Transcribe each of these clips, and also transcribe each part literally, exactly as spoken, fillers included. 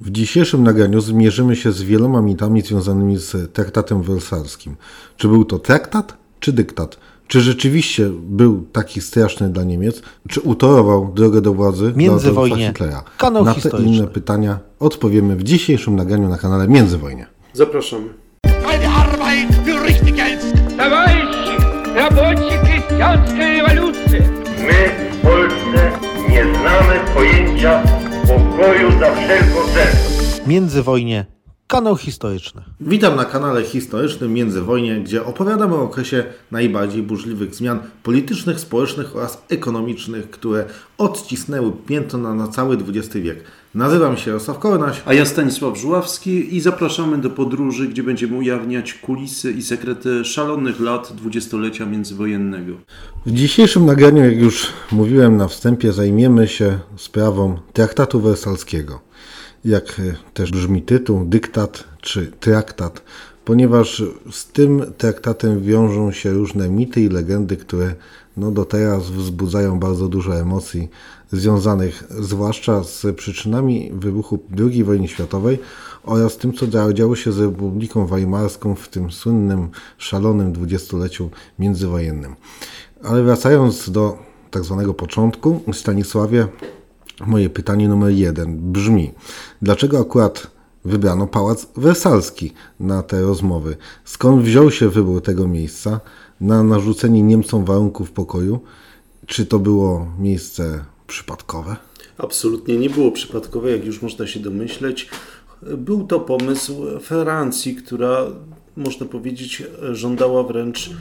W dzisiejszym nagraniu zmierzymy się z wieloma mitami związanymi z traktatem wersalskim. Czy był to traktat, czy dyktat? Czy rzeczywiście był taki straszny dla Niemiec? Czy utorował drogę do władzy dla Adolfa Hitlera? Kanał Na historyczny. te inne pytania odpowiemy w dzisiejszym nagraniu na kanale Międzywojnie. Zapraszamy. Meine Arbeit für richtig hältst. Товарищи, рабочие крестьянской революции. My w Polsce nie znamy pojęcia pokoju za wszelką cenę. Międzywojnie. Kanał historyczny. Witam na kanale historycznym Międzywojnie, gdzie opowiadamy o okresie najbardziej burzliwych zmian politycznych, społecznych oraz ekonomicznych, które odcisnęły piętno na, na cały dwudziesty wiek. Nazywam się Jarosław Kornaś. A ja Stanisław Żuławski i zapraszamy do podróży, gdzie będziemy ujawniać kulisy i sekrety szalonych lat dwudziestolecia międzywojennego. W dzisiejszym nagraniu, jak już mówiłem na wstępie, zajmiemy się sprawą traktatu wersalskiego. Jak też brzmi tytuł, dyktat czy traktat, ponieważ z tym traktatem wiążą się różne mity i legendy, które no do teraz wzbudzają bardzo dużo emocji związanych zwłaszcza z przyczynami wybuchu drugiej wojny światowej oraz tym, co działo się z Republiką Weimarską w tym słynnym, szalonym dwudziestoleciu międzywojennym. Ale wracając do tak zwanego początku, Stanisławie, moje pytanie numer jeden brzmi: dlaczego akurat wybrano Pałac Wersalski na te rozmowy? Skąd wziął się wybór tego miejsca na narzucenie Niemcom warunków pokoju? Czy to było miejsce przypadkowe? Absolutnie nie było przypadkowe, jak już można się domyśleć. Był to pomysł Francji, która, można powiedzieć, żądała wręcz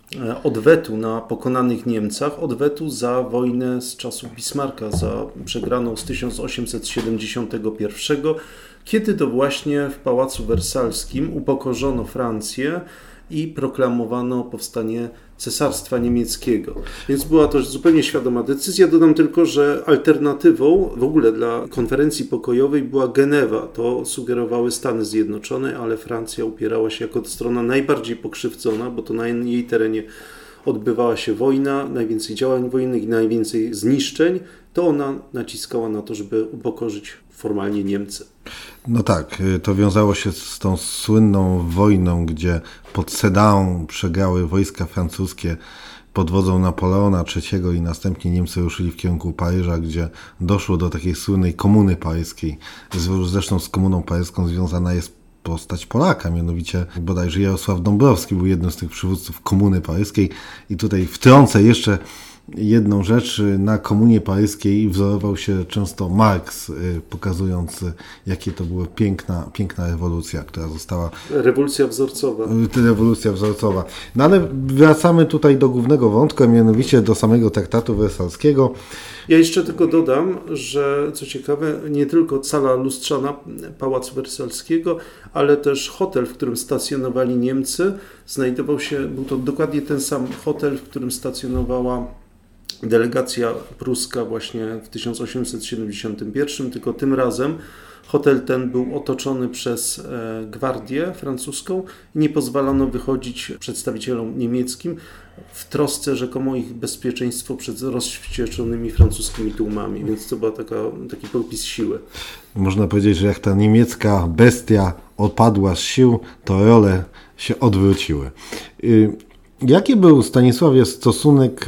odwetu na pokonanych Niemcach, odwetu za wojnę z czasów Bismarcka, za przegraną z tysiąc osiemset siedemdziesiątego pierwszego, kiedy to właśnie w Pałacu Wersalskim upokorzono Francję i proklamowano powstanie Cesarstwa Niemieckiego. Więc była to zupełnie świadoma decyzja. Dodam tylko, że alternatywą w ogóle dla konferencji pokojowej była Genewa. To sugerowały Stany Zjednoczone, ale Francja upierała się jako strona najbardziej pokrzywdzona, bo to na jej terenie odbywała się wojna, najwięcej działań wojennych i najwięcej zniszczeń. To ona naciskała na to, żeby upokorzyć formalnie Niemcy. No tak, to wiązało się z tą słynną wojną, gdzie pod Sedan przegrały wojska francuskie pod wodzą Napoleona trzeciego i następnie Niemcy ruszyli w kierunku Paryża, gdzie doszło do takiej słynnej komuny paryskiej. Zresztą z komuną paryską związana jest postać Polaka, mianowicie bodajże Jarosław Dąbrowski był jednym z tych przywódców komuny paryskiej i tutaj wtrącę jeszcze jedną rzecz. Na komunie paryskiej wzorował się często Marks, pokazując, jakie to była piękna, piękna rewolucja, która została... Rewolucja wzorcowa. Rewolucja wzorcowa. No ale wracamy tutaj do głównego wątku, a mianowicie do samego traktatu wersalskiego. Ja jeszcze tylko dodam, że co ciekawe, nie tylko sala lustrzana Pałacu Wersalskiego, ale też hotel, w którym stacjonowali Niemcy, znajdował się, był to dokładnie ten sam hotel, w którym stacjonowała delegacja pruska właśnie w tysiąc osiemset siedemdziesiątym pierwszym, tylko tym razem hotel ten był otoczony przez e, gwardię francuską i nie pozwalano wychodzić przedstawicielom niemieckim w trosce rzekomo o ich bezpieczeństwo przed rozwścieczonymi francuskimi tłumami, więc to był taki popis siły. Można powiedzieć, że jak ta niemiecka bestia odpadła z sił, to role się odwróciły. Y, jaki był, Stanisławie, stosunek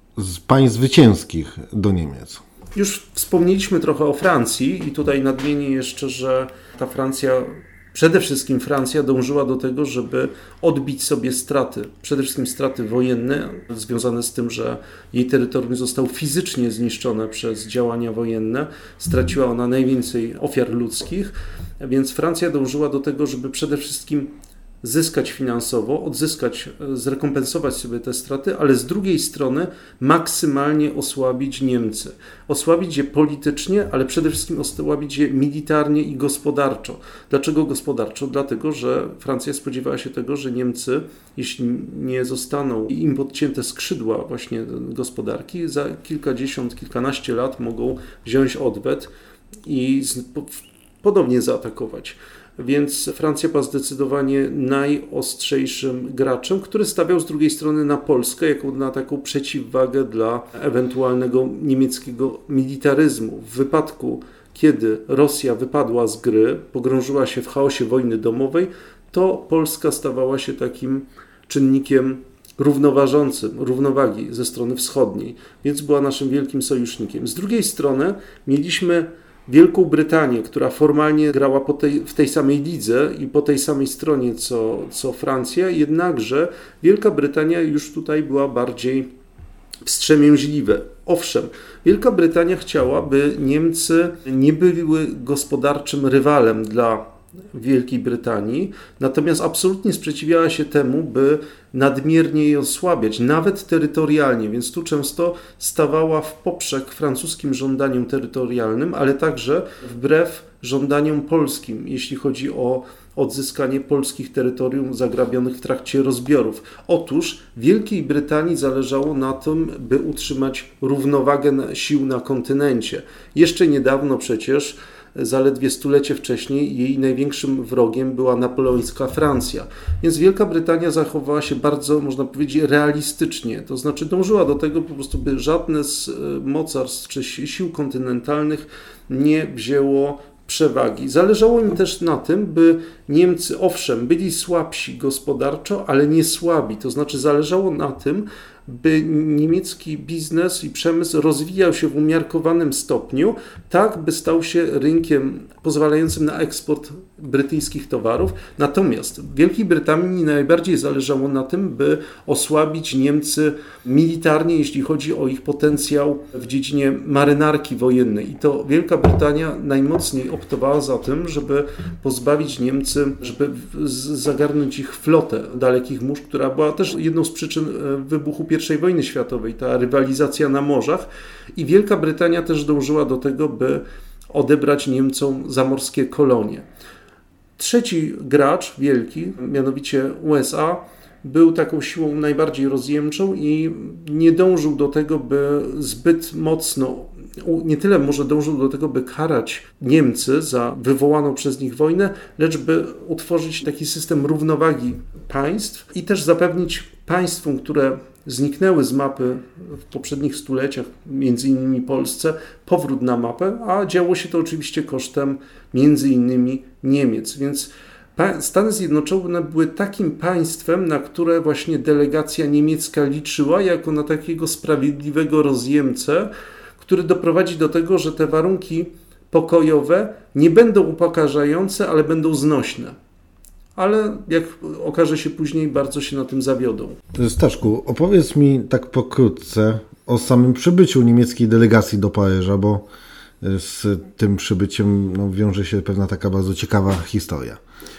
z państw zwycięskich do Niemiec? Już wspomnieliśmy trochę o Francji i tutaj nadmienię jeszcze, że ta Francja, przede wszystkim Francja dążyła do tego, żeby odbić sobie straty, przede wszystkim straty wojenne, związane z tym, że jej terytorium zostało fizycznie zniszczone przez działania wojenne. Straciła ona najwięcej ofiar ludzkich, więc Francja dążyła do tego, żeby przede wszystkim zyskać finansowo, odzyskać, zrekompensować sobie te straty, ale z drugiej strony maksymalnie osłabić Niemcy. Osłabić je politycznie, ale przede wszystkim osłabić je militarnie i gospodarczo. Dlaczego gospodarczo? Dlatego, że Francja spodziewała się tego, że Niemcy, jeśli nie zostaną im podcięte skrzydła właśnie gospodarki, za kilkadziesiąt, kilkanaście lat mogą wziąć odwet i podobnie zaatakować. Więc Francja była zdecydowanie najostrzejszym graczem, który stawiał z drugiej strony na Polskę jako na taką przeciwwagę dla ewentualnego niemieckiego militaryzmu. W wypadku kiedy Rosja wypadła z gry, pogrążyła się w chaosie wojny domowej, to Polska stawała się takim czynnikiem równoważącym, równowagi ze strony wschodniej, więc była naszym wielkim sojusznikiem. Z drugiej strony mieliśmy Wielką Brytanię, która formalnie grała po tej, w tej samej lidze i po tej samej stronie co, co Francja, jednakże Wielka Brytania już tutaj była bardziej wstrzemięźliwe. Owszem, Wielka Brytania chciała, by Niemcy nie były gospodarczym rywalem dla Wielkiej Brytanii, natomiast absolutnie sprzeciwiała się temu, by nadmiernie je osłabiać, nawet terytorialnie, więc tu często stawała w poprzek francuskim żądaniom terytorialnym, ale także wbrew żądaniom polskim, jeśli chodzi o odzyskanie polskich terytorium zagrabionych w trakcie rozbiorów. Otóż Wielkiej Brytanii zależało na tym, by utrzymać równowagę sił na kontynencie. Jeszcze niedawno przecież, zaledwie stulecie wcześniej, jej największym wrogiem była napoleońska Francja. Więc Wielka Brytania zachowała się bardzo, można powiedzieć, realistycznie. To znaczy dążyła do tego po prostu, by żadne z mocarstw czy sił kontynentalnych nie wzięło przewagi. Zależało im też na tym, by Niemcy, owszem, byli słabsi gospodarczo, ale nie słabi. To znaczy zależało na tym, by niemiecki biznes i przemysł rozwijał się w umiarkowanym stopniu, tak by stał się rynkiem pozwalającym na eksport brytyjskich towarów. Natomiast w Wielkiej Brytanii najbardziej zależało na tym, by osłabić Niemcy militarnie, jeśli chodzi o ich potencjał w dziedzinie marynarki wojennej. I to Wielka Brytania najmocniej optowała za tym, żeby pozbawić Niemcy, żeby zagarnąć ich flotę dalekich mórz, która była też jedną z przyczyn wybuchu pierwszej wojny światowej, ta rywalizacja na morzach. I Wielka Brytania też dążyła do tego, by odebrać Niemcom zamorskie kolonie. Trzeci gracz wielki, mianowicie U S A, był taką siłą najbardziej rozjemczą i nie dążył do tego, by zbyt mocno, nie tyle może dążył do tego, by karać Niemcy za wywołaną przez nich wojnę, lecz by utworzyć taki system równowagi państw i też zapewnić państwom, które zniknęły z mapy w poprzednich stuleciach, między innymi Polsce, powrót na mapę, a działo się to oczywiście kosztem między innymi Niemiec. Więc Stany Zjednoczone były takim państwem, na które właśnie delegacja niemiecka liczyła jako na takiego sprawiedliwego rozjemcę, który doprowadzi do tego, że te warunki pokojowe nie będą upokarzające, ale będą znośne. Ale jak okaże się później, bardzo się na tym zawiodą. Staszku, opowiedz mi tak pokrótce o samym przybyciu niemieckiej delegacji do Paryża, bo z tym przybyciem no, wiąże się pewna taka bardzo ciekawa historia.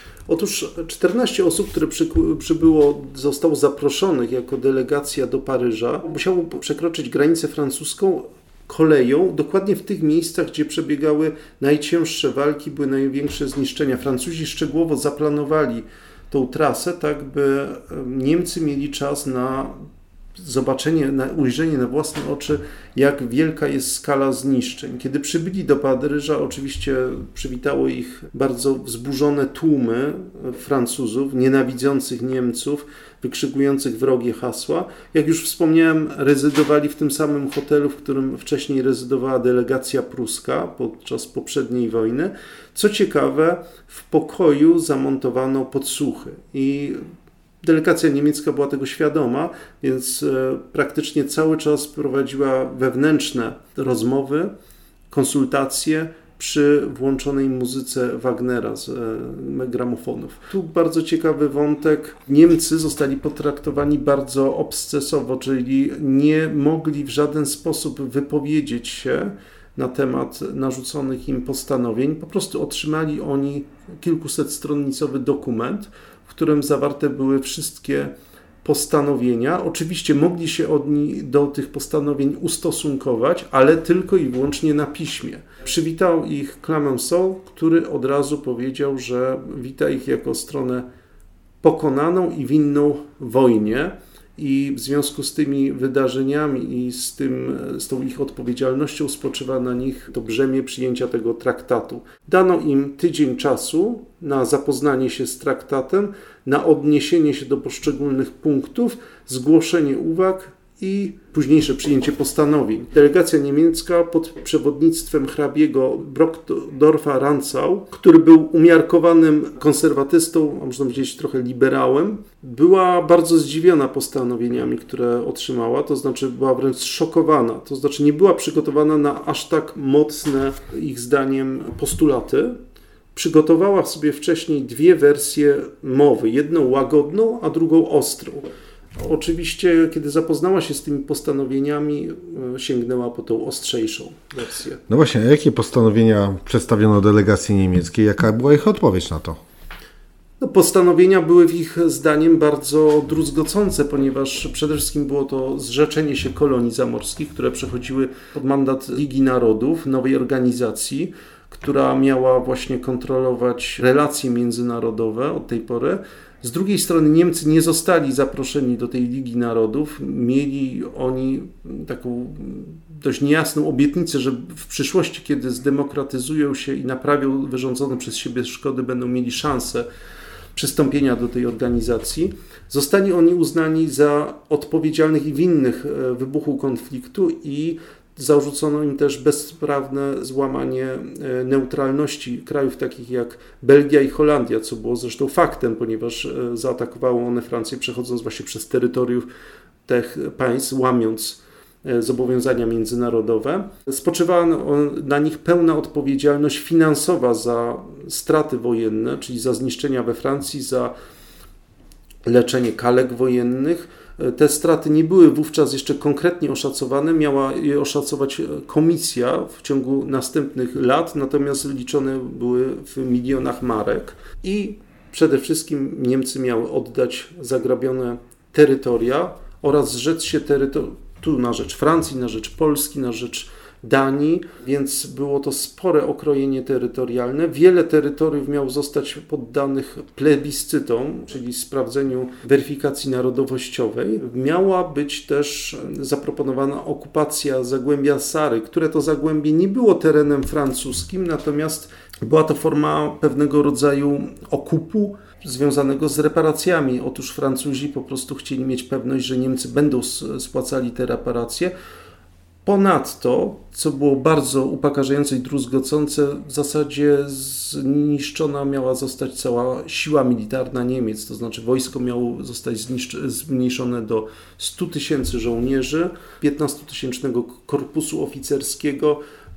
Otóż czternaście osób, które przybyło, zostało zaproszonych jako delegacja do Paryża, musiało przekroczyć granicę francuską koleją, dokładnie w tych miejscach, gdzie przebiegały najcięższe walki, były największe zniszczenia. Francuzi szczegółowo zaplanowali tą trasę, tak by Niemcy mieli czas na zobaczenie, na ujrzenie na własne oczy, jak wielka jest skala zniszczeń. Kiedy przybyli do Paryża, oczywiście przywitało ich bardzo wzburzone tłumy Francuzów, nienawidzących Niemców, wykrzykujących wrogie hasła. Jak już wspomniałem, rezydowali w tym samym hotelu, w którym wcześniej rezydowała delegacja pruska podczas poprzedniej wojny. Co ciekawe, w pokoju zamontowano podsłuchy i delegacja niemiecka była tego świadoma, więc praktycznie cały czas prowadziła wewnętrzne rozmowy, konsultacje przy włączonej muzyce Wagnera z gramofonów. Tu bardzo ciekawy wątek. Niemcy zostali potraktowani bardzo obscesowo, czyli nie mogli w żaden sposób wypowiedzieć się na temat narzuconych im postanowień. Po prostu otrzymali oni kilkusetstronicowy dokument, w którym zawarte były wszystkie postanowienia. Oczywiście mogli się oni do tych postanowień ustosunkować, ale tylko i wyłącznie na piśmie. Przywitał ich Clemenceau, który od razu powiedział, że wita ich jako stronę pokonaną i winną wojnie. I w związku z tymi wydarzeniami i z, tym, z tą ich odpowiedzialnością spoczywa na nich to brzemię przyjęcia tego traktatu. Dano im tydzień czasu na zapoznanie się z traktatem, na odniesienie się do poszczególnych punktów, zgłoszenie uwag i późniejsze przyjęcie postanowień. Delegacja niemiecka pod przewodnictwem hrabiego Brockdorfa-Rantzau, który był umiarkowanym konserwatystą, a można powiedzieć trochę liberałem, była bardzo zdziwiona postanowieniami, które otrzymała, to znaczy była wręcz szokowana, to znaczy nie była przygotowana na aż tak mocne, ich zdaniem, postulaty. Przygotowała sobie wcześniej dwie wersje mowy, jedną łagodną, a drugą ostrą. Oczywiście, kiedy zapoznała się z tymi postanowieniami, sięgnęła po tą ostrzejszą wersję. No właśnie, a jakie postanowienia przedstawiono delegacji niemieckiej? Jaka była ich odpowiedź na to? No, postanowienia były w ich zdaniem bardzo druzgocące, ponieważ przede wszystkim było to zrzeczenie się kolonii zamorskich, które przechodziły pod mandat Ligi Narodów, nowej organizacji, która miała właśnie kontrolować relacje międzynarodowe od tej pory. Z drugiej strony Niemcy nie zostali zaproszeni do tej Ligi Narodów. Mieli oni taką dość niejasną obietnicę, że w przyszłości, kiedy zdemokratyzują się i naprawią wyrządzone przez siebie szkody, będą mieli szansę przystąpienia do tej organizacji. Zostali oni uznani za odpowiedzialnych i winnych wybuchu konfliktu i zarzucono im też bezprawne złamanie neutralności krajów takich jak Belgia i Holandia, co było zresztą faktem, ponieważ zaatakowały one Francję, przechodząc właśnie przez terytoriów tych państw, łamiąc zobowiązania międzynarodowe. Spoczywała na nich pełna odpowiedzialność finansowa za straty wojenne, czyli za zniszczenia we Francji, za leczenie kalek wojennych. Te straty nie były wówczas jeszcze konkretnie oszacowane, miała je oszacować komisja w ciągu następnych lat, natomiast liczone były w milionach marek i przede wszystkim Niemcy miały oddać zagrabione terytoria oraz zrzec się terytorium, tu na rzecz Francji, na rzecz Polski, na rzecz Danii, więc było to spore okrojenie terytorialne. Wiele terytoriów miało zostać poddanych plebiscytom, czyli sprawdzeniu weryfikacji narodowościowej. Miała być też zaproponowana okupacja Zagłębia Sary, które to Zagłębie nie było terenem francuskim, natomiast była to forma pewnego rodzaju okupu związanego z reparacjami. Otóż Francuzi po prostu chcieli mieć pewność, że Niemcy będą spłacali te reparacje. Ponadto, co było bardzo upokarzające i druzgocące, w zasadzie zniszczona miała zostać cała siła militarna Niemiec, to znaczy wojsko miało zostać zmniejszone do stu tysięcy żołnierzy, piętnastotysięcznego korpusu oficerskiego,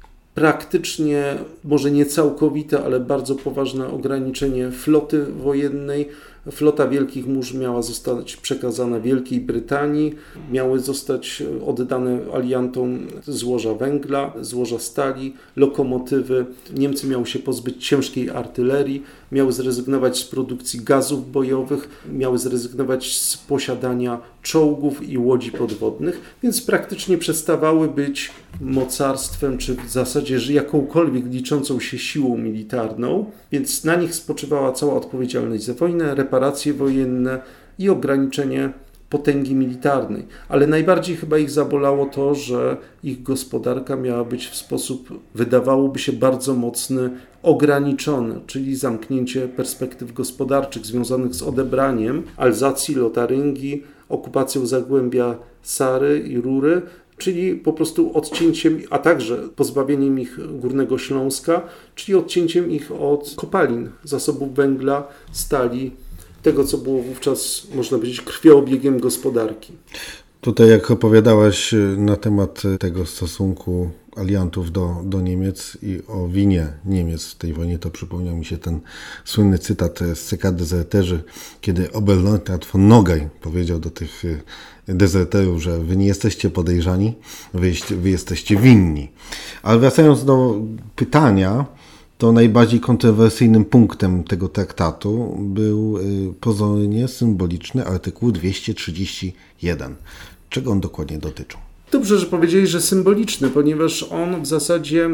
praktycznie, może nie całkowite, ale bardzo poważne ograniczenie floty wojennej. Flota Wielkich Mórz miała zostać przekazana Wielkiej Brytanii, miały zostać oddane aliantom złoża węgla, złoża stali, lokomotywy. Niemcy miały się pozbyć ciężkiej artylerii, miały zrezygnować z produkcji gazów bojowych, miały zrezygnować z posiadania czołgów i łodzi podwodnych, więc praktycznie przestawały być mocarstwem, czy w zasadzie że jakąkolwiek liczącą się siłą militarną, więc na nich spoczywała cała odpowiedzialność za wojnę, reparacje wojenne i ograniczenie potęgi militarnej. Ale najbardziej chyba ich zabolało to, że ich gospodarka miała być w sposób, wydawałoby się, bardzo mocny, ograniczony, czyli zamknięcie perspektyw gospodarczych związanych z odebraniem Alzacji, Lotaryngii, okupacją Zagłębia Sary i Rury, czyli po prostu odcięciem, a także pozbawieniem ich Górnego Śląska, czyli odcięciem ich od kopalin, zasobów węgla, stali, tego, co było wówczas, można powiedzieć, krwiobiegiem gospodarki. Tutaj, jak opowiadałeś na temat tego stosunku aliantów do, do Niemiec i o winie Niemiec w tej wojnie, to przypomniał mi się ten słynny cytat z C K Dezerterzy, kiedy Oberleutnant von Nogaj powiedział do tych dezerterów, że wy nie jesteście podejrzani, wy, wy jesteście winni. Ale wracając do pytania, to najbardziej kontrowersyjnym punktem tego traktatu był pozornie symboliczny artykuł dwieście trzydzieści jeden. Czego on dokładnie dotyczył? Dobrze, że powiedzieli, że symboliczny, ponieważ on w zasadzie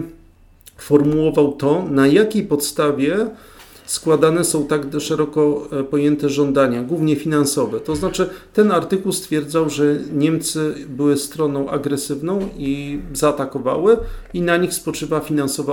formułował to, na jakiej podstawie składane są tak szeroko pojęte żądania, głównie finansowe. To znaczy ten artykuł stwierdzał, że Niemcy były stroną agresywną i zaatakowały i na nich spoczywa finansowa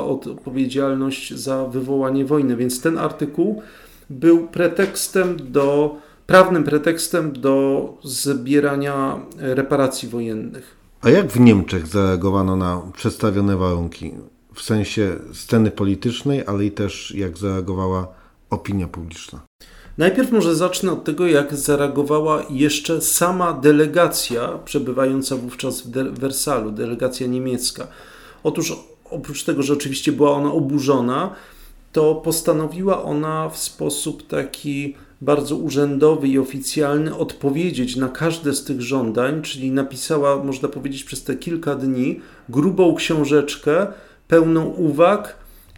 odpowiedzialność za wywołanie wojny. Więc ten artykuł był pretekstem do prawnym pretekstem do zbierania reparacji wojennych. A jak w Niemczech zareagowano na przedstawione warunki? W sensie sceny politycznej, ale i też jak zareagowała opinia publiczna? Najpierw może zacznę od tego, jak zareagowała jeszcze sama delegacja przebywająca wówczas w de- Wersalu, delegacja niemiecka. Otóż oprócz tego, że oczywiście była ona oburzona, to postanowiła ona w sposób taki bardzo urzędowy i oficjalny odpowiedzieć na każde z tych żądań, czyli napisała, można powiedzieć, przez te kilka dni grubą książeczkę pełną uwag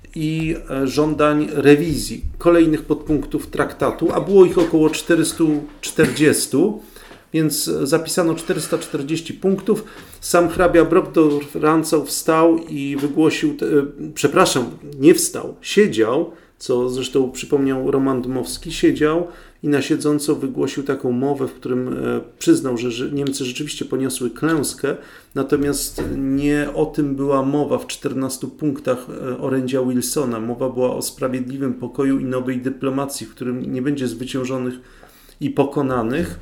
i żądań rewizji kolejnych podpunktów traktatu, a było ich około czterysta czterdzieści, więc zapisano czterysta czterdzieści punktów. Sam hrabia Brockdorff-Rantzau wstał i wygłosił, te, przepraszam, nie wstał, siedział, co zresztą przypomniał Roman Dmowski, siedział i na siedząco wygłosił taką mowę, w którym przyznał, że Niemcy rzeczywiście poniosły klęskę, natomiast nie o tym była mowa w czternastu punktach orędzia Wilsona. Mowa była o sprawiedliwym pokoju i nowej dyplomacji, w którym nie będzie zwyciężonych i pokonanych,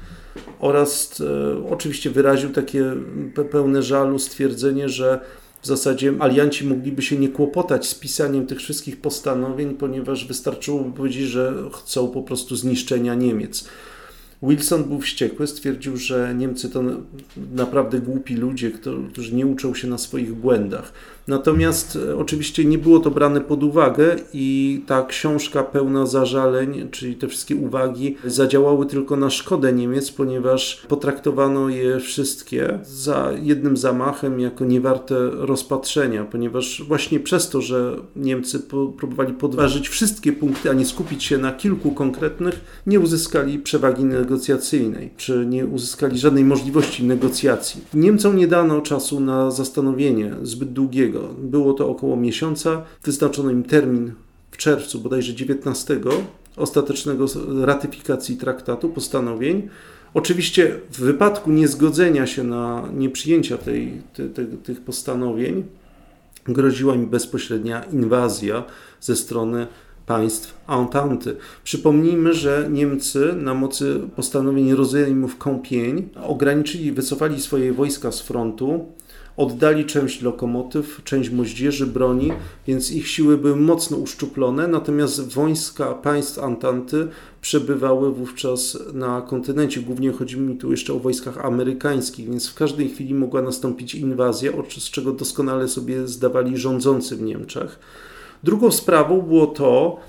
oraz e, oczywiście wyraził takie pełne żalu stwierdzenie, że w zasadzie alianci mogliby się nie kłopotać z pisaniem tych wszystkich postanowień, ponieważ wystarczyłoby powiedzieć, że chcą po prostu zniszczenia Niemiec. Wilson był wściekły, stwierdził, że Niemcy to naprawdę głupi ludzie, którzy nie uczą się na swoich błędach. Natomiast oczywiście nie było to brane pod uwagę i ta książka pełna zażaleń, czyli te wszystkie uwagi, zadziałały tylko na szkodę Niemiec, ponieważ potraktowano je wszystkie za jednym zamachem jako niewarte rozpatrzenia, ponieważ właśnie przez to, że Niemcy próbowali podważyć wszystkie punkty, a nie skupić się na kilku konkretnych, nie uzyskali przewagi negocjacyjnej, czy nie uzyskali żadnej możliwości negocjacji. Niemcom nie dano czasu na zastanowienie zbyt długiego. Było to około miesiąca. Wyznaczono im termin w czerwcu, bodajże dziewiętnastego, ostatecznego ratyfikacji traktatu, postanowień. Oczywiście w wypadku niezgodzenia się na nieprzyjęcia tej, te, te, tych postanowień groziła im bezpośrednia inwazja ze strony państw Ententy. Przypomnijmy, że Niemcy na mocy postanowień rozejmów Compiègne ograniczyli, wycofali swoje wojska z frontu, oddali część lokomotyw, część moździerzy, broni, więc ich siły były mocno uszczuplone, natomiast wojska państw Ententy przebywały wówczas na kontynencie. Głównie chodzi mi tu jeszcze o wojskach amerykańskich, więc w każdej chwili mogła nastąpić inwazja, z czego doskonale sobie zdawali rządzący w Niemczech. Drugą sprawą było to,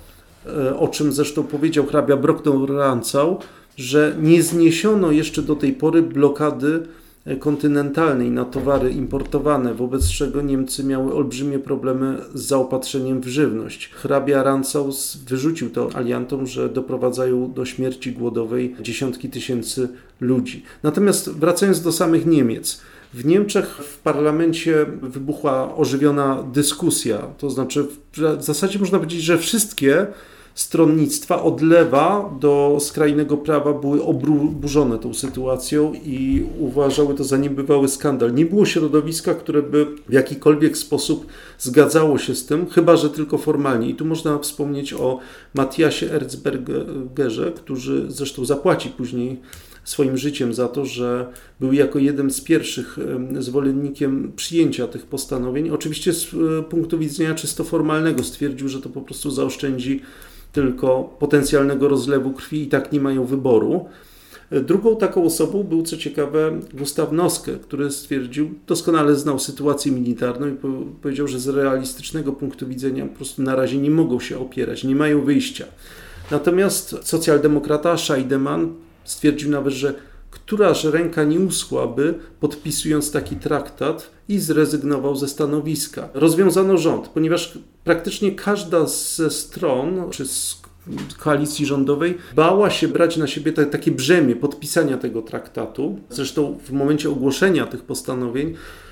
o czym zresztą powiedział hrabia Brockdorff-Rantzau, że nie zniesiono jeszcze do tej pory blokady kontynentalnej na towary importowane, wobec czego Niemcy miały olbrzymie problemy z zaopatrzeniem w żywność. Hrabia Rantzau wyrzucił to aliantom, że doprowadzają do śmierci głodowej dziesiątki tysięcy ludzi. Natomiast wracając do samych Niemiec, w Niemczech w parlamencie wybuchła ożywiona dyskusja, to znaczy w zasadzie można powiedzieć, że wszystkie stronnictwa od lewa do skrajnego prawa były oburzone tą sytuacją i uważały to za niebywały skandal. Nie było środowiska, które by w jakikolwiek sposób zgadzało się z tym, chyba że tylko formalnie. I tu można wspomnieć o Matthiasie Erzbergerze, który zresztą zapłaci później swoim życiem za to, że był jako jeden z pierwszych zwolennikiem przyjęcia tych postanowień. Oczywiście z punktu widzenia czysto formalnego stwierdził, że to po prostu zaoszczędzi tylko potencjalnego rozlewu krwi i tak nie mają wyboru. Drugą taką osobą był, co ciekawe, Gustav Noske, który stwierdził, doskonale znał sytuację militarną i powiedział, że z realistycznego punktu widzenia po prostu na razie nie mogą się opierać, nie mają wyjścia. Natomiast socjaldemokrata Scheidemann stwierdził nawet, że któraż ręka nie uschłaby, podpisując taki traktat, i zrezygnował ze stanowiska. Rozwiązano rząd, ponieważ praktycznie każda ze stron, czy z koalicji rządowej, bała się brać na siebie te, takie brzemię podpisania tego traktatu. Zresztą w momencie ogłoszenia tych postanowień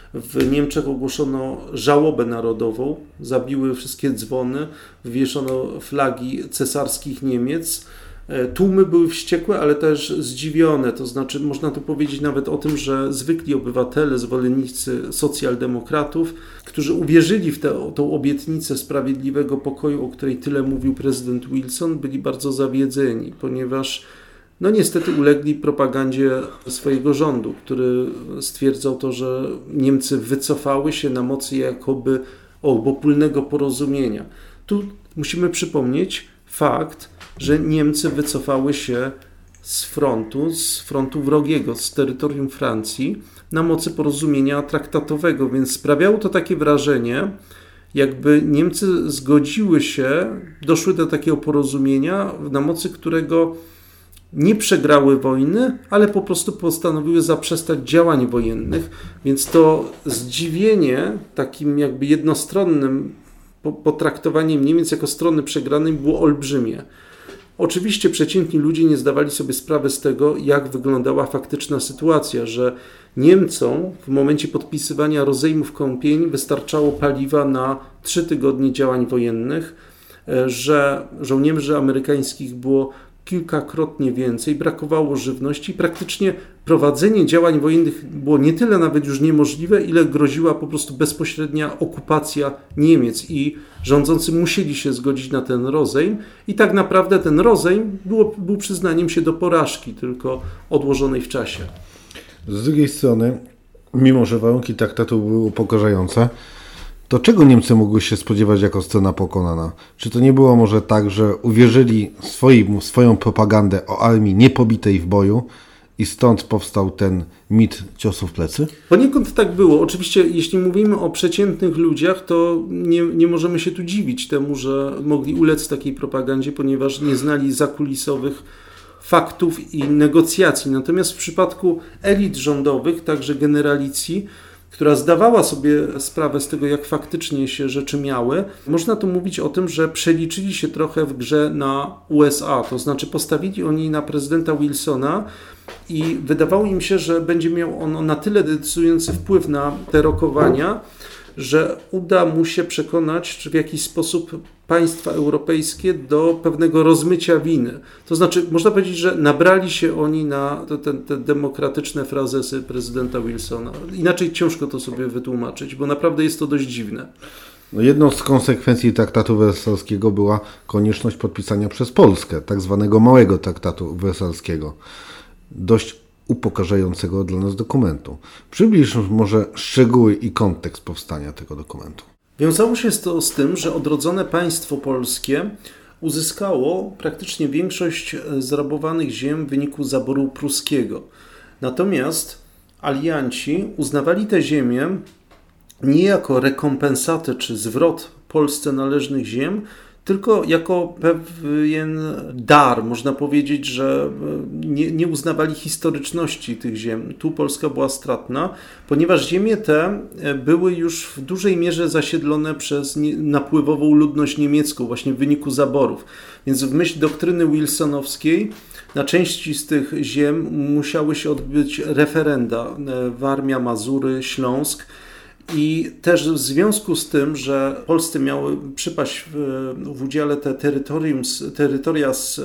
w Niemczech ogłoszono żałobę narodową, zabiły wszystkie dzwony, wywieszono flagi cesarskich Niemiec. Tłumy były wściekłe, ale też zdziwione, to znaczy można tu powiedzieć nawet o tym, że zwykli obywatele, zwolennicy socjaldemokratów, którzy uwierzyli w tę, tą obietnicę sprawiedliwego pokoju, o której tyle mówił prezydent Wilson, byli bardzo zawiedzeni, ponieważ no niestety ulegli propagandzie swojego rządu, który stwierdzał to, że Niemcy wycofały się na mocy jakoby obopólnego porozumienia. Tu musimy przypomnieć fakt, że Niemcy wycofały się z frontu, z frontu wrogiego, z terytorium Francji na mocy porozumienia traktatowego, więc sprawiało to takie wrażenie, jakby Niemcy zgodziły się, doszły do takiego porozumienia, na mocy którego nie przegrały wojny, ale po prostu postanowiły zaprzestać działań wojennych, więc to zdziwienie takim jakby jednostronnym potraktowaniem Niemiec jako strony przegranej było olbrzymie. Oczywiście przeciętni ludzie nie zdawali sobie sprawy z tego, jak wyglądała faktyczna sytuacja, że Niemcom w momencie podpisywania rozejmów kąpień wystarczało paliwa na trzy tygodnie działań wojennych, że żołnierzy amerykańskich było kilkakrotnie więcej, brakowało żywności i praktycznie prowadzenie działań wojennych było nie tyle nawet już niemożliwe, ile groziła po prostu bezpośrednia okupacja Niemiec i rządzący musieli się zgodzić na ten rozejm i tak naprawdę ten rozejm było, był przyznaniem się do porażki, tylko odłożonej w czasie. Z drugiej strony, mimo że warunki traktatu były upokarzające, to czego Niemcy mogły się spodziewać jako strona pokonana? Czy to nie było może tak, że uwierzyli swoim, swoją propagandę o armii niepobitej w boju i stąd powstał ten mit ciosu w plecy? Poniekąd tak było. Oczywiście jeśli mówimy o przeciętnych ludziach, to nie, nie możemy się tu dziwić temu, że mogli ulec takiej propagandzie, ponieważ nie znali zakulisowych faktów i negocjacji. Natomiast w przypadku elit rządowych, także generalicji, która zdawała sobie sprawę z tego, jak faktycznie się rzeczy miały, można tu mówić o tym, że przeliczyli się trochę w grze na U S A, to znaczy postawili oni na prezydenta Wilsona i wydawało im się, że będzie miał on na tyle decydujący wpływ na te rokowania, że uda mu się przekonać, czy w jakiś sposób państwa europejskie do pewnego rozmycia winy. To znaczy, można powiedzieć, że nabrali się oni na te, te demokratyczne frazesy prezydenta Wilsona. Inaczej ciężko to sobie wytłumaczyć, bo naprawdę jest to dość dziwne. No jedną z konsekwencji traktatu wersalskiego była konieczność podpisania przez Polskę tak zwanego małego traktatu wersalskiego. Dość upokarzającego dla nas dokumentu. Przybliż może szczegóły i kontekst powstania tego dokumentu. Wiązało się to z tym, że odrodzone państwo polskie uzyskało praktycznie większość zrabowanych ziem w wyniku zaboru pruskiego. Natomiast alianci uznawali te ziemię nie jako rekompensatę czy zwrot Polsce należnych ziem, tylko jako pewien dar. Można powiedzieć, że nie, nie uznawali historyczności tych ziem. Tu Polska była stratna, ponieważ ziemie te były już w dużej mierze zasiedlone przez napływową ludność niemiecką, właśnie w wyniku zaborów. Więc w myśl doktryny wilsonowskiej na części z tych ziem musiały się odbyć referenda. Warmia, Mazury, Śląsk. I też w związku z tym, że Polsce miały przypaść w, w udziale te terytorium, terytoria z,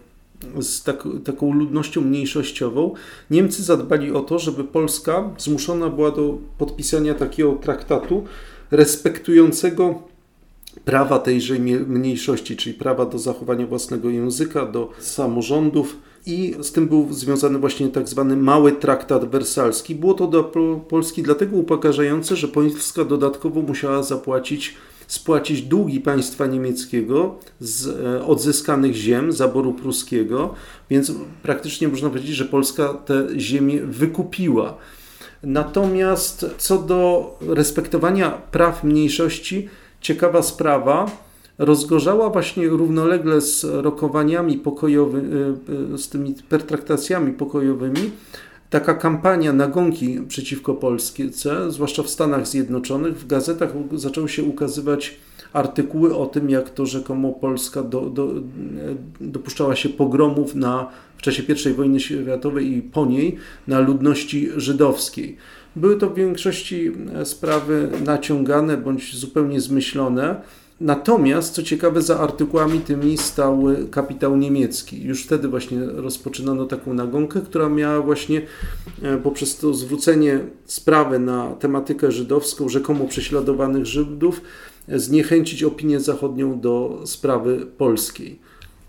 z tak, taką ludnością mniejszościową, Niemcy zadbali o to, żeby Polska zmuszona była do podpisania takiego traktatu respektującego prawa tejże mniejszości, czyli prawa do zachowania własnego języka, do samorządów. I z tym był związany właśnie tak zwany mały traktat wersalski. Było to dla Polski dlatego upokarzające, że Polska dodatkowo musiała zapłacić, spłacić długi państwa niemieckiego z odzyskanych ziem zaboru pruskiego, więc praktycznie można powiedzieć, że Polska te ziemię wykupiła. Natomiast co do respektowania praw mniejszości, ciekawa sprawa, rozgorzała właśnie równolegle z rokowaniami pokojowymi, z tymi pertraktacjami pokojowymi, taka kampania nagonki przeciwko Polsce, zwłaszcza w Stanach Zjednoczonych. W gazetach zaczęły się ukazywać artykuły o tym, jak to rzekomo Polska do, do, dopuszczała się pogromów na, w czasie pierwszej wojny światowej i po niej na ludności żydowskiej. Były to w większości sprawy naciągane bądź zupełnie zmyślone. Natomiast, co ciekawe, za artykułami tymi stał kapitał niemiecki. Już wtedy właśnie rozpoczynano taką nagonkę, która miała właśnie poprzez to zwrócenie sprawy na tematykę żydowską, rzekomo prześladowanych Żydów, zniechęcić opinię zachodnią do sprawy polskiej.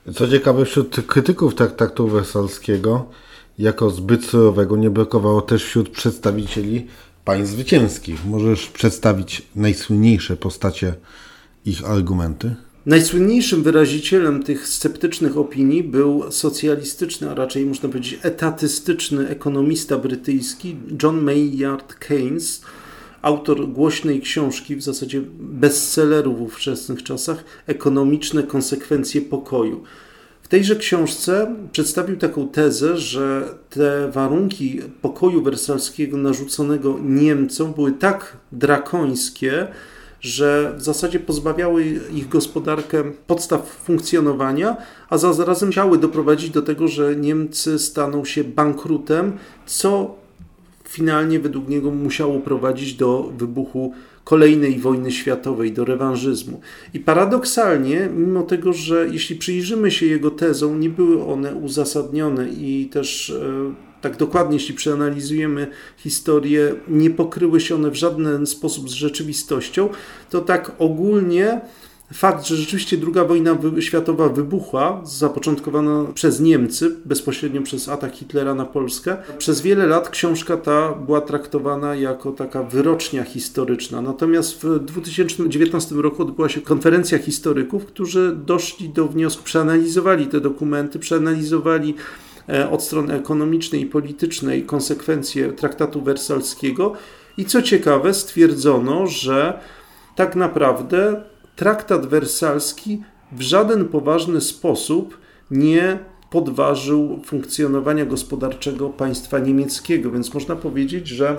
Co ciekawe, wśród krytyków traktatu wersalskiego jako zbyt surowego nie brakowało też wśród przedstawicieli państw zwycięskich. Możesz przedstawić najsłynniejsze postacie ich argumenty? Najsłynniejszym wyrazicielem tych sceptycznych opinii był socjalistyczny, a raczej można powiedzieć etatystyczny ekonomista brytyjski John Maynard Keynes, autor głośnej książki, w zasadzie bestselleru w ówczesnych czasach, Ekonomiczne konsekwencje pokoju. W tejże książce przedstawił taką tezę, że te warunki pokoju wersalskiego narzuconego Niemcom były tak drakońskie, że w zasadzie pozbawiały ich gospodarkę podstaw funkcjonowania, a zarazem chciały doprowadzić do tego, że Niemcy staną się bankrutem, co finalnie według niego musiało prowadzić do wybuchu kolejnej wojny światowej, do rewanżyzmu. I paradoksalnie, mimo tego, że jeśli przyjrzymy się jego tezom, nie były one uzasadnione i też e, tak dokładnie, jeśli przeanalizujemy historię, nie pokryły się one w żaden sposób z rzeczywistością, to tak ogólnie fakt, że rzeczywiście druga wojna światowa wybuchła, zapoczątkowana przez Niemcy, bezpośrednio przez atak Hitlera na Polskę, przez wiele lat książka ta była traktowana jako taka wyrocznia historyczna. Natomiast w dwa tysiące dziewiętnastym roku odbyła się konferencja historyków, którzy doszli do wniosku, przeanalizowali te dokumenty, przeanalizowali od strony ekonomicznej i politycznej konsekwencje traktatu wersalskiego i co ciekawe stwierdzono, że tak naprawdę traktat wersalski w żaden poważny sposób nie podważył funkcjonowania gospodarczego państwa niemieckiego, więc można powiedzieć, że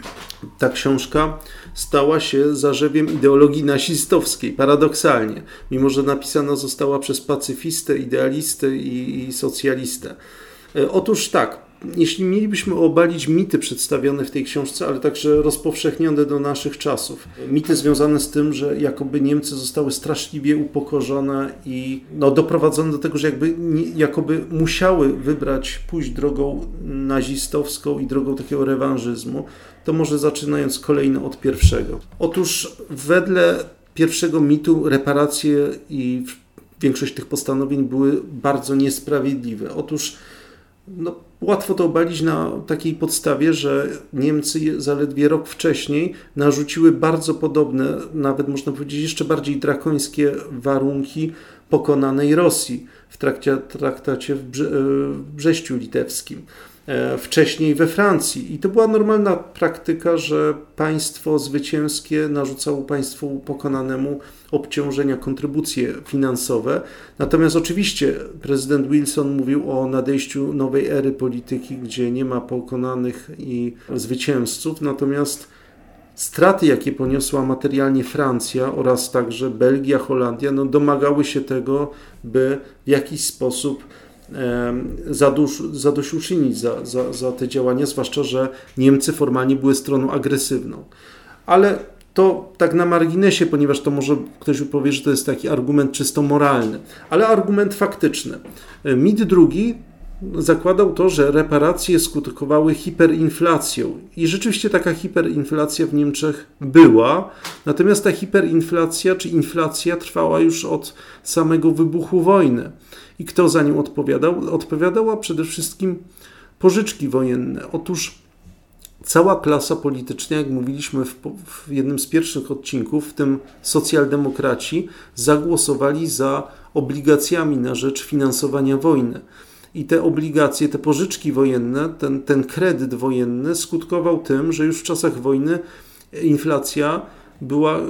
ta książka stała się zarzewiem ideologii nazistowskiej, paradoksalnie, mimo że napisana została przez pacyfistę, idealistę i, i socjalistę. Otóż tak, jeśli mielibyśmy obalić mity przedstawione w tej książce, ale także rozpowszechnione do naszych czasów, mity związane z tym, że jakoby Niemcy zostały straszliwie upokorzone i no, doprowadzone do tego, że jakby, jakoby musiały wybrać, pójść drogą nazistowską i drogą takiego rewanżyzmu, to może zaczynając kolejno od pierwszego. Otóż wedle pierwszego mitu reparacje i większość tych postanowień były bardzo niesprawiedliwe. Otóż no, łatwo to obalić na takiej podstawie, że Niemcy zaledwie rok wcześniej narzuciły bardzo podobne, nawet można powiedzieć jeszcze bardziej drakońskie warunki pokonanej Rosji w trakcie, traktacie w, Brze, w Brześciu Litewskim. Wcześniej we Francji. I to była normalna praktyka, że państwo zwycięskie narzucało państwu pokonanemu obciążenia, kontrybucje finansowe. Natomiast oczywiście prezydent Wilson mówił o nadejściu nowej ery polityki, gdzie nie ma pokonanych i zwycięzców. Natomiast straty, jakie poniosła materialnie Francja oraz także Belgia, Holandia, no domagały się tego, by w jakiś sposób Zadusz, zadośćuczynić za, za, za te działania, zwłaszcza, że Niemcy formalnie były stroną agresywną. Ale to tak na marginesie, ponieważ to może ktoś powie, że to jest taki argument czysto moralny, ale argument faktyczny. Mit drugi zakładał to, że reparacje skutkowały hiperinflacją. I rzeczywiście taka hiperinflacja w Niemczech była, natomiast ta hiperinflacja czy inflacja trwała już od samego wybuchu wojny. I kto za nią odpowiadał? Odpowiadała przede wszystkim pożyczki wojenne. Otóż cała klasa polityczna, jak mówiliśmy w, w jednym z pierwszych odcinków, w tym socjaldemokraci, zagłosowali za obligacjami na rzecz finansowania wojny. I te obligacje, te pożyczki wojenne, ten, ten kredyt wojenny skutkował tym, że już w czasach wojny inflacja była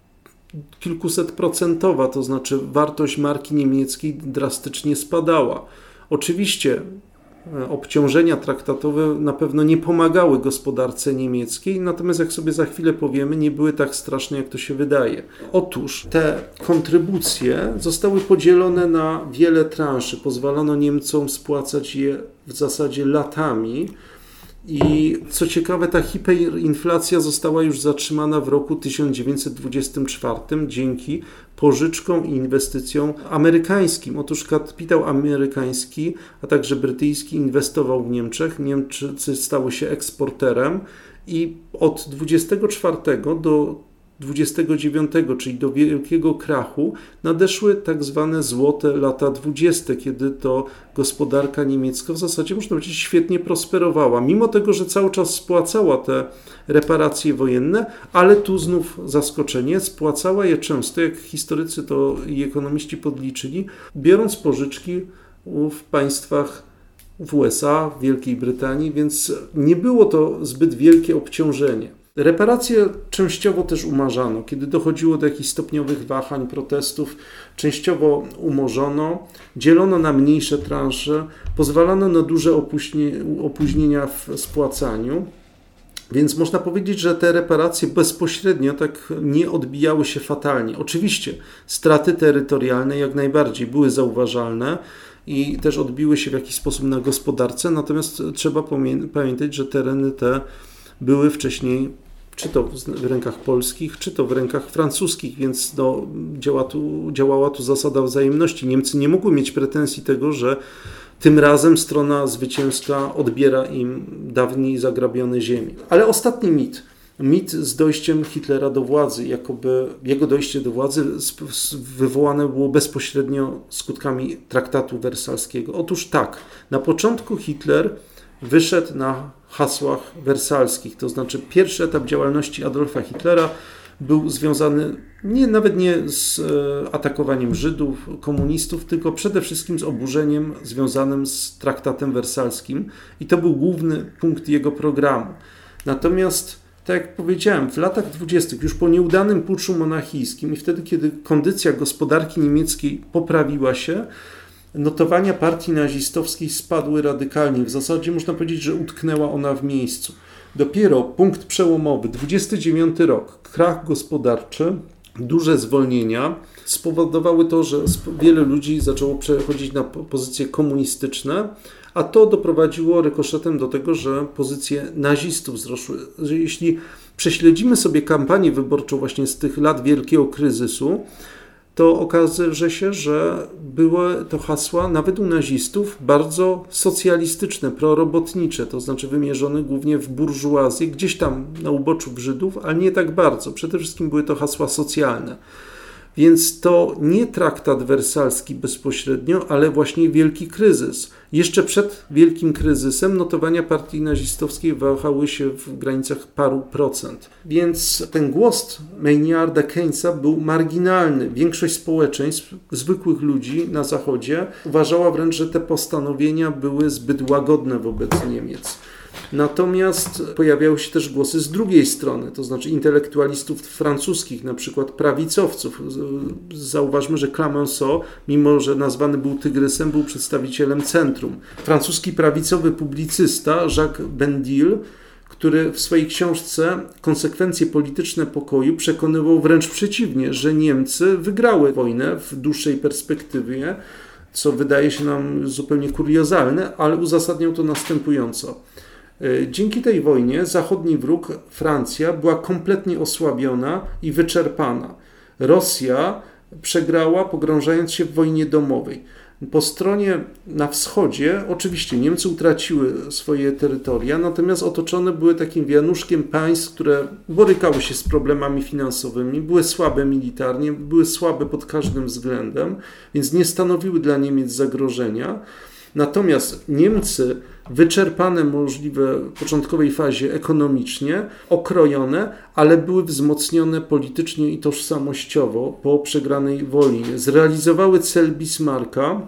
kilkuset procentowa, to znaczy wartość marki niemieckiej drastycznie spadała. Oczywiście obciążenia traktatowe na pewno nie pomagały gospodarce niemieckiej, natomiast jak sobie za chwilę powiemy, nie były tak straszne, jak to się wydaje. Otóż te kontrybucje zostały podzielone na wiele transzy. Pozwalano Niemcom spłacać je w zasadzie latami. I co ciekawe, ta hiperinflacja została już zatrzymana w roku tysiąc dziewięćset dwudziestym czwartym dzięki pożyczkom i inwestycjom amerykańskim. Otóż kapitał amerykański, a także brytyjski inwestował w Niemczech. Niemcy stały się eksporterem i od dwudziestego czwartego do dwudziestego dziewiątego, czyli do wielkiego krachu, nadeszły tak zwane złote lata dwudzieste, kiedy to gospodarka niemiecka w zasadzie, można powiedzieć, świetnie prosperowała. Mimo tego, że cały czas spłacała te reparacje wojenne, ale tu znów zaskoczenie, spłacała je często, jak historycy to i ekonomiści podliczyli, biorąc pożyczki w państwach w U S A, w Wielkiej Brytanii, więc nie było to zbyt wielkie obciążenie. Reparacje częściowo też umarzano. Kiedy dochodziło do jakichś stopniowych wahań, protestów, częściowo umorzono, dzielono na mniejsze transze, pozwalano na duże opóźnienia w spłacaniu. Więc można powiedzieć, że te reparacje bezpośrednio tak nie odbijały się fatalnie. Oczywiście straty terytorialne jak najbardziej były zauważalne i też odbiły się w jakiś sposób na gospodarce, natomiast trzeba pamiętać, że tereny te były wcześniej czy to w rękach polskich, czy to w rękach francuskich, więc no, działa tu, działała tu zasada wzajemności. Niemcy nie mogły mieć pretensji tego, że tym razem strona zwycięska odbiera im dawniej zagrabione ziemię. Ale ostatni mit. Mit z dojściem Hitlera do władzy, jakoby jego dojście do władzy wywołane było bezpośrednio skutkami traktatu wersalskiego. Otóż tak, na początku Hitler wyszedł na hasłach wersalskich, to znaczy pierwszy etap działalności Adolfa Hitlera był związany nie, nawet nie z atakowaniem Żydów, komunistów, tylko przede wszystkim z oburzeniem związanym z traktatem wersalskim i to był główny punkt jego programu. Natomiast, tak jak powiedziałem, w latach dwudziestych, już po nieudanym puczu monachijskim i wtedy, kiedy kondycja gospodarki niemieckiej poprawiła się, notowania partii nazistowskiej spadły radykalnie. W zasadzie można powiedzieć, że utknęła ona w miejscu. Dopiero punkt przełomowy, dwudziesty dziewiąty rok, krach gospodarczy, duże zwolnienia spowodowały to, że wiele ludzi zaczęło przechodzić na pozycje komunistyczne, a to doprowadziło rykoszetem do tego, że pozycje nazistów wzrosły. Jeśli prześledzimy sobie kampanię wyborczą właśnie z tych lat wielkiego kryzysu, to okaże się, że były to hasła nawet u nazistów bardzo socjalistyczne, prorobotnicze, to znaczy wymierzone głównie w burżuazję, gdzieś tam na uboczu w Żydów, ale nie tak bardzo. Przede wszystkim były to hasła socjalne. Więc to nie traktat wersalski bezpośrednio, ale właśnie wielki kryzys. Jeszcze przed wielkim kryzysem notowania partii nazistowskiej wahały się w granicach paru procent. Więc ten głos Maynarda Keynesa był marginalny. Większość społeczeństw, zwykłych ludzi na Zachodzie uważała wręcz, że te postanowienia były zbyt łagodne wobec Niemiec. Natomiast pojawiały się też głosy z drugiej strony, to znaczy intelektualistów francuskich, na przykład prawicowców. Zauważmy, że Clemenceau, mimo że nazwany był tygrysem, był przedstawicielem centrum. Francuski prawicowy publicysta Jacques Bendil, który w swojej książce Konsekwencje polityczne pokoju przekonywał wręcz przeciwnie, że Niemcy wygrały wojnę w dłuższej perspektywie, co wydaje się nam zupełnie kuriozalne, ale uzasadniał to następująco. Dzięki tej wojnie zachodni wróg, Francja, była kompletnie osłabiona i wyczerpana. Rosja przegrała, pogrążając się w wojnie domowej. Po stronie na wschodzie oczywiście Niemcy utraciły swoje terytoria, natomiast otoczone były takim wianuszkiem państw, które borykały się z problemami finansowymi, były słabe militarnie, były słabe pod każdym względem, więc nie stanowiły dla Niemiec zagrożenia. Natomiast Niemcy, wyczerpane możliwe w początkowej fazie ekonomicznie, okrojone, ale były wzmocnione politycznie i tożsamościowo po przegranej wojnie. Zrealizowały cel Bismarcka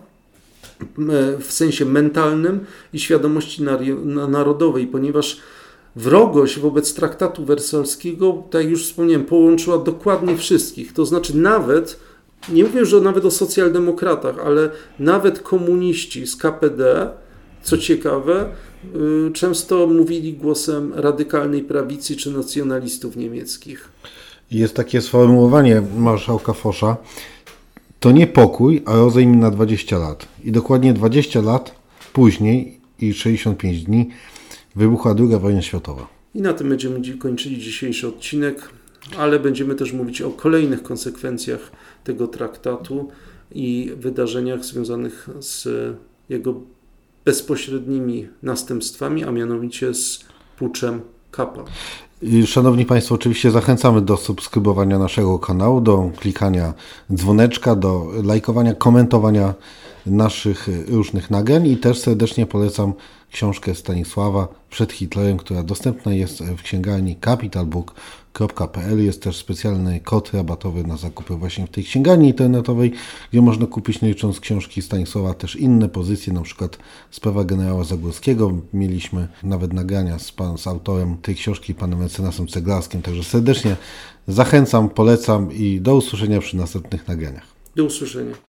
w sensie mentalnym i świadomości narodowej, ponieważ wrogość wobec traktatu wersalskiego, tak jak już wspomniałem, połączyła dokładnie wszystkich. To znaczy nawet, nie mówię już nawet o socjaldemokratach, ale nawet komuniści z K P D, co ciekawe, często mówili głosem radykalnej prawicy czy nacjonalistów niemieckich. Jest takie sformułowanie marszałka Fosza: to nie pokój, a rozejm na dwadzieścia lat. I dokładnie dwadzieścia lat później i sześćdziesiąt pięć dni wybuchła druga wojna światowa. I na tym będziemy kończyli dzisiejszy odcinek, ale będziemy też mówić o kolejnych konsekwencjach tego traktatu i wydarzeniach związanych z jego bezpośrednimi następstwami, a mianowicie z puczem Kappa. I szanowni Państwo, oczywiście zachęcamy do subskrybowania naszego kanału, do klikania dzwoneczka, do lajkowania, komentowania naszych różnych nagrań i też serdecznie polecam książkę Stanisława Przed Hitlerem, która dostępna jest w księgarni capital book kropka p l. Jest też specjalny kod rabatowy na zakupy właśnie w tej księgarni internetowej, gdzie można kupić, nie licząc książki Stanisława, też inne pozycje, na przykład Sprawa generała Zagórskiego. Mieliśmy nawet nagrania z, pan, z autorem tej książki, panem mecenasem Ceglarskim, także serdecznie zachęcam, polecam i do usłyszenia przy następnych nagraniach. Do usłyszenia.